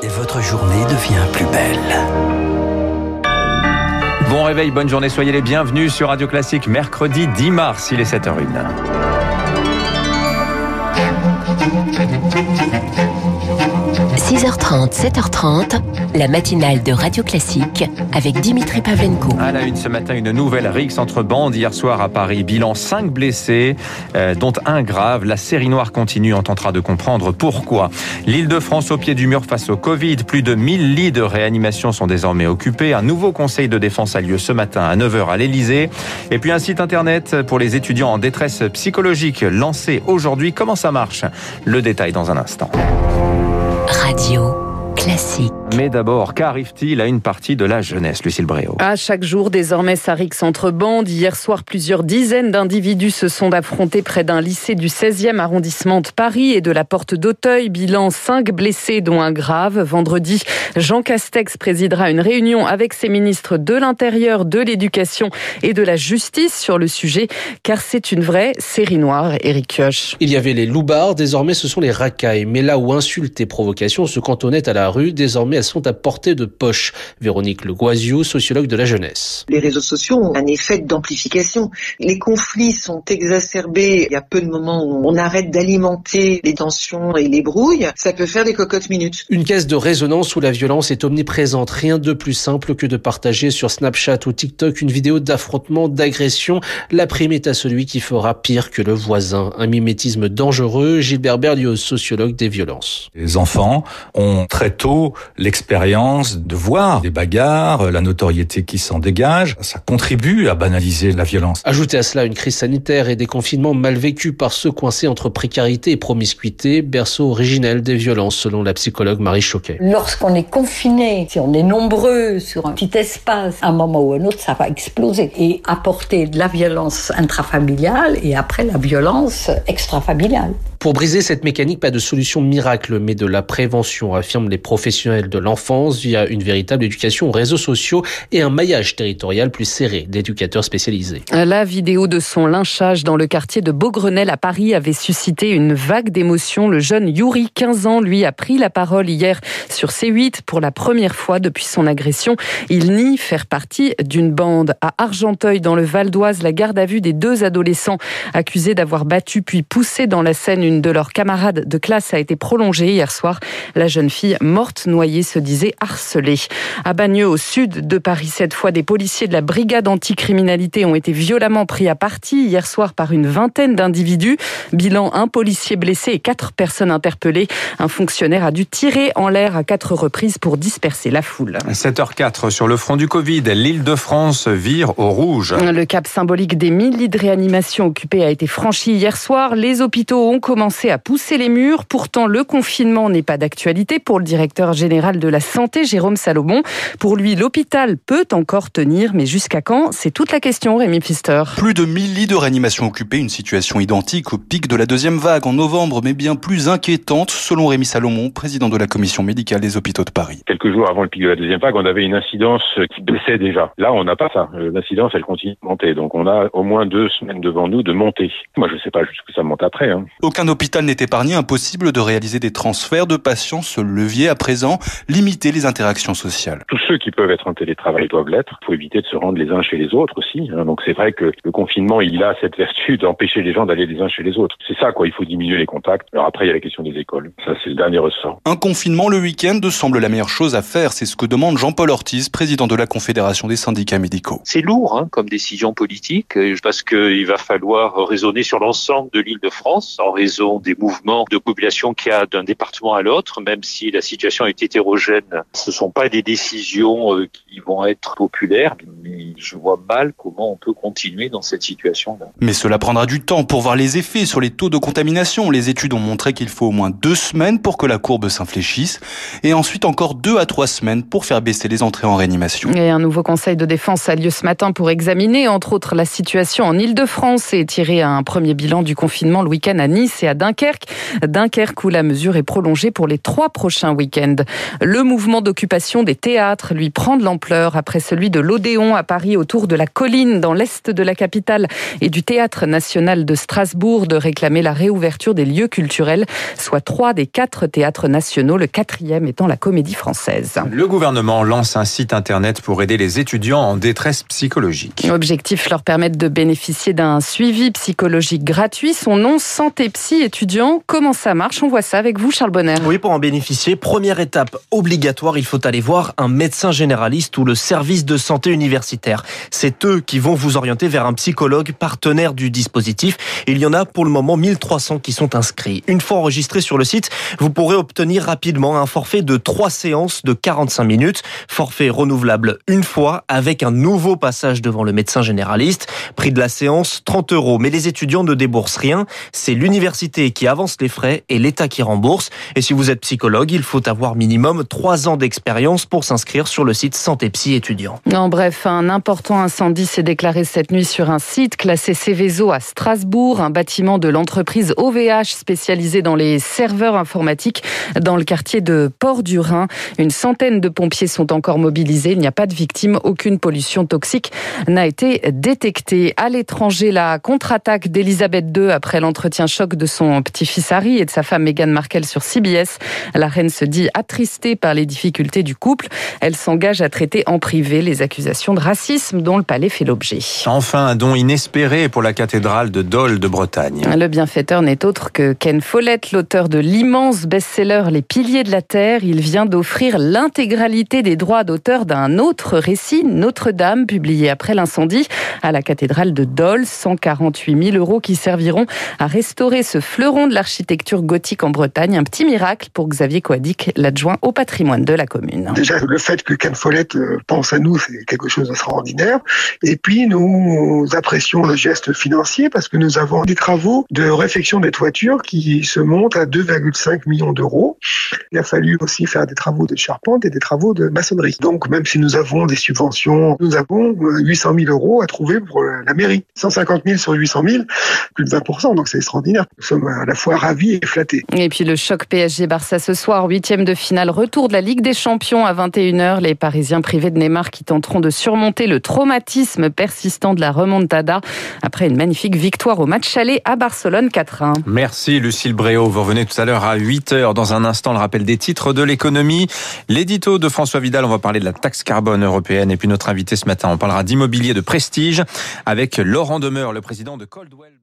et votre journée devient plus belle. Bon réveil, bonne journée, soyez les bienvenus sur Radio Classique, mercredi 10 mars, il est 7h01. « 6h30, 7h30, la matinale de Radio Classique avec Dimitri Pavlenko. » À la une ce matin, une nouvelle rixe entre bandes hier soir à Paris. Bilan 5 blessés, dont un grave. La série noire continue, on tentera de comprendre pourquoi. L'Île-de-France au pied du mur face au Covid. Plus de 1000 lits de réanimation sont désormais occupés. Un nouveau conseil de défense a lieu ce matin à 9h à l'Élysée. Et puis un site internet pour les étudiants en détresse psychologique lancé aujourd'hui. Comment ça marche ? Le détail dans un instant. Radio Classique. Mais d'abord, qu'arrive-t-il à une partie de la jeunesse, Lucille Bréau ? À chaque jour, désormais, ça rixe entre bandes. Hier soir, plusieurs dizaines d'individus se sont affrontés près d'un lycée du 16e arrondissement de Paris et de la Porte d'Auteuil. Bilan 5 blessés, dont un grave. Vendredi, Jean Castex présidera une réunion avec ses ministres de l'Intérieur, de l'Éducation et de la Justice sur le sujet, car c'est une vraie série noire. Éric Kioch. Il y avait les loupards, désormais ce sont les racailles. Mais là où insultes et provocations se cantonnaient à la rue, désormais elles sont à portée de poche. Véronique Le Goisiou, sociologue de la jeunesse. Les réseaux sociaux ont un effet d'amplification. Les conflits sont exacerbés. Il y a peu de moments où on arrête d'alimenter les tensions et les brouilles. Ça peut faire des cocottes minutes. Une caisse de résonance où la violence est omniprésente. Rien de plus simple que de partager sur Snapchat ou TikTok une vidéo d'affrontement, d'agression. La prime est à celui qui fera pire que le voisin. Un mimétisme dangereux. Gilbert Berlioz, sociologue des violences. Les enfants ont très tôt l'expérience de voir des bagarres, la notoriété qui s'en dégage. Ça contribue à banaliser la violence. Ajoutez à cela une crise sanitaire et des confinements mal vécus par ceux coincés entre précarité et promiscuité, berceau originel des violences selon la psychologue Marie Choquet. Lorsqu'on est confiné, si on est nombreux sur un petit espace, à un moment ou un autre, ça va exploser et apporter de la violence intrafamiliale et après la violence extrafamiliale. Pour briser cette mécanique, pas de solution miracle, mais de la prévention, affirment les professionnels de l'enfance via une véritable éducation aux réseaux sociaux et un maillage territorial plus serré d'éducateurs spécialisés. La vidéo de son lynchage dans le quartier de Beaugrenelle à Paris avait suscité une vague d'émotion. Le jeune Yuri, 15 ans, lui, a pris la parole hier sur C8 pour la première fois depuis son agression. Il nie faire partie d'une bande. À Argenteuil, dans le Val d'Oise, la garde à vue des 2 adolescents accusés d'avoir battu puis poussé dans la Seine une de leurs camarades de classe a été prolongée hier soir. La jeune fille morte noyée se disait harcelée. À Bagneux, au sud de Paris, cette fois, des policiers de la brigade anticriminalité ont été violemment pris à partie hier soir par une vingtaine d'individus. Bilan, 1 policier blessé et 4 personnes interpellées. Un fonctionnaire a dû tirer en l'air à 4 reprises pour disperser la foule. 7h04 sur le front du Covid, l'Île-de-France vire au rouge. Le cap symbolique des 1000 lits de réanimation occupés a été franchi hier soir. Les hôpitaux ont commencé à pousser les murs. Pourtant, le confinement n'est pas d'actualité pour le directeur général de la Santé, Jérôme Salomon. Pour lui, l'hôpital peut encore tenir, mais jusqu'à quand ? C'est toute la question, Rémi Pfister. Plus de 1000 lits de réanimation occupés, une situation identique au pic de la 2e vague en novembre, mais bien plus inquiétante, selon Rémi Salomon, président de la commission médicale des hôpitaux de Paris. Quelques jours avant le pic de la 2e vague, on avait une incidence qui baissait déjà. Là, on n'a pas ça. L'incidence, elle continue de monter. Donc, on a au moins 2 semaines devant nous de montée. Moi, je ne sais pas jusqu'où ça monte après. Aucun hôpital n'est épargné, impossible de réaliser des transferts de patients. Seul levier à présent, limiter les interactions sociales. Tous ceux qui peuvent être en télétravail doivent l'être. Il faut éviter de se rendre les uns chez les autres aussi. Donc c'est vrai que le confinement, il a cette vertu d'empêcher les gens d'aller les uns chez les autres. C'est ça, il faut diminuer les contacts. Alors après, il y a la question des écoles. Ça, c'est le dernier ressort. Un confinement le week-end semble la meilleure chose à faire. C'est ce que demande Jean-Paul Ortiz, président de la Confédération des syndicats médicaux. C'est lourd comme décision politique parce qu'il va falloir raisonner sur l'ensemble de l'Île-de-France en raison des mouvements de population qu'il y a d'un département à l'autre, même si la situation est hétérogène. Ce ne sont pas des décisions qui vont être populaires, mais je vois mal comment on peut continuer dans cette situation-là. Mais cela prendra du temps pour voir les effets sur les taux de contamination. Les études ont montré qu'il faut au moins 2 semaines pour que la courbe s'infléchisse et ensuite encore 2 à 3 semaines pour faire baisser les entrées en réanimation. Et un nouveau conseil de défense a lieu ce matin pour examiner, entre autres, la situation en Île-de-France et tirer un premier bilan du confinement le week-end à Nice et à Dunkerque. Dunkerque où la mesure est prolongée pour les 3 prochains week-ends. Le mouvement d'occupation des théâtres lui prend de l'ampleur après celui de l'Odéon à Paris autour de la Colline dans l'est de la capitale et du Théâtre national de Strasbourg de réclamer la réouverture des lieux culturels, soit 3 des 4 théâtres nationaux, le 4e étant la Comédie Française. Le gouvernement lance un site internet pour aider les étudiants en détresse psychologique. Objectif, leur permettre de bénéficier d'un suivi psychologique gratuit. Son nom, Santé Psy étudiant. Comment ça marche? On voit ça avec vous, Charles Bonner. Oui, pour en bénéficier, première étape obligatoire, il faut aller voir un médecin généraliste ou le service de santé universitaire. C'est eux qui vont vous orienter vers un psychologue partenaire du dispositif. Il y en a pour le moment 1300 qui sont inscrits. Une fois enregistrés sur le site, vous pourrez obtenir rapidement un forfait de 3 séances de 45 minutes. Forfait renouvelable une fois avec un nouveau passage devant le médecin généraliste. Prix de la séance, 30 €. Mais les étudiants ne déboursent rien. C'est l'université qui avance les frais et l'État qui rembourse. Et si vous êtes psychologue, il faut avoir minimum 3 ans d'expérience pour s'inscrire sur le site Santé Psy étudiant. En bref, un important incendie s'est déclaré cette nuit sur un site classé Céveso à Strasbourg, un bâtiment de l'entreprise OVH spécialisé dans les serveurs informatiques dans le quartier de Port-du-Rhin. Une centaine de pompiers sont encore mobilisés. Il n'y a pas de victimes. Aucune pollution toxique n'a été détectée. À l'étranger, la contre-attaque d'Elisabeth II après l'entretien choc de son petit-fils Harry et de sa femme Meghan Markle sur CBS. La reine se dit attristée par les difficultés du couple. Elle s'engage à traiter en privé les accusations de racisme dont le palais fait l'objet. Enfin, un don inespéré pour la cathédrale de Dole de Bretagne. Le bienfaiteur n'est autre que Ken Follett, l'auteur de l'immense best-seller Les Piliers de la Terre. Il vient d'offrir l'intégralité des droits d'auteur d'un autre récit, Notre-Dame, publié après l'incendie à la cathédrale de Dole. 148 000 € qui serviront à restaurer ce fleuron de l'architecture gothique en Bretagne. Un petit miracle pour Xavier Coadic, l'adjoint au patrimoine de la commune. Déjà, le fait que Ken Follett pense à nous, c'est quelque chose d'extraordinaire. Et puis, nous apprécions le geste financier parce que nous avons des travaux de réfection des toitures qui se montent à 2,5 millions d'euros. Il a fallu aussi faire des travaux de charpente et des travaux de maçonnerie. Donc, même si nous avons des subventions, nous avons 800 000 € à trouver pour la mairie. 150 000 sur 800 000, plus de 20%. Donc, c'est extraordinaire. Nous sommes à la fois ravis et flattés. Et puis, le choc PSG-Barça ce soir, 8e de finale, retour de la Ligue des Champions à 21h. Les Parisiens privés de Neymar qui tenteront de surmonter le traumatisme persistant de la remontada après une magnifique victoire au match aller à Barcelone 4-1. Merci Lucille Bréau. Vous revenez tout à l'heure à 8h. Dans un instant, le rappel des titres de l'économie. L'édito de François Vidal, on va parler de la taxe carbone européenne. Et puis notre invité ce matin, on parlera d'immobilier de prestige avec Laurent Demeure, le président de Coldwell.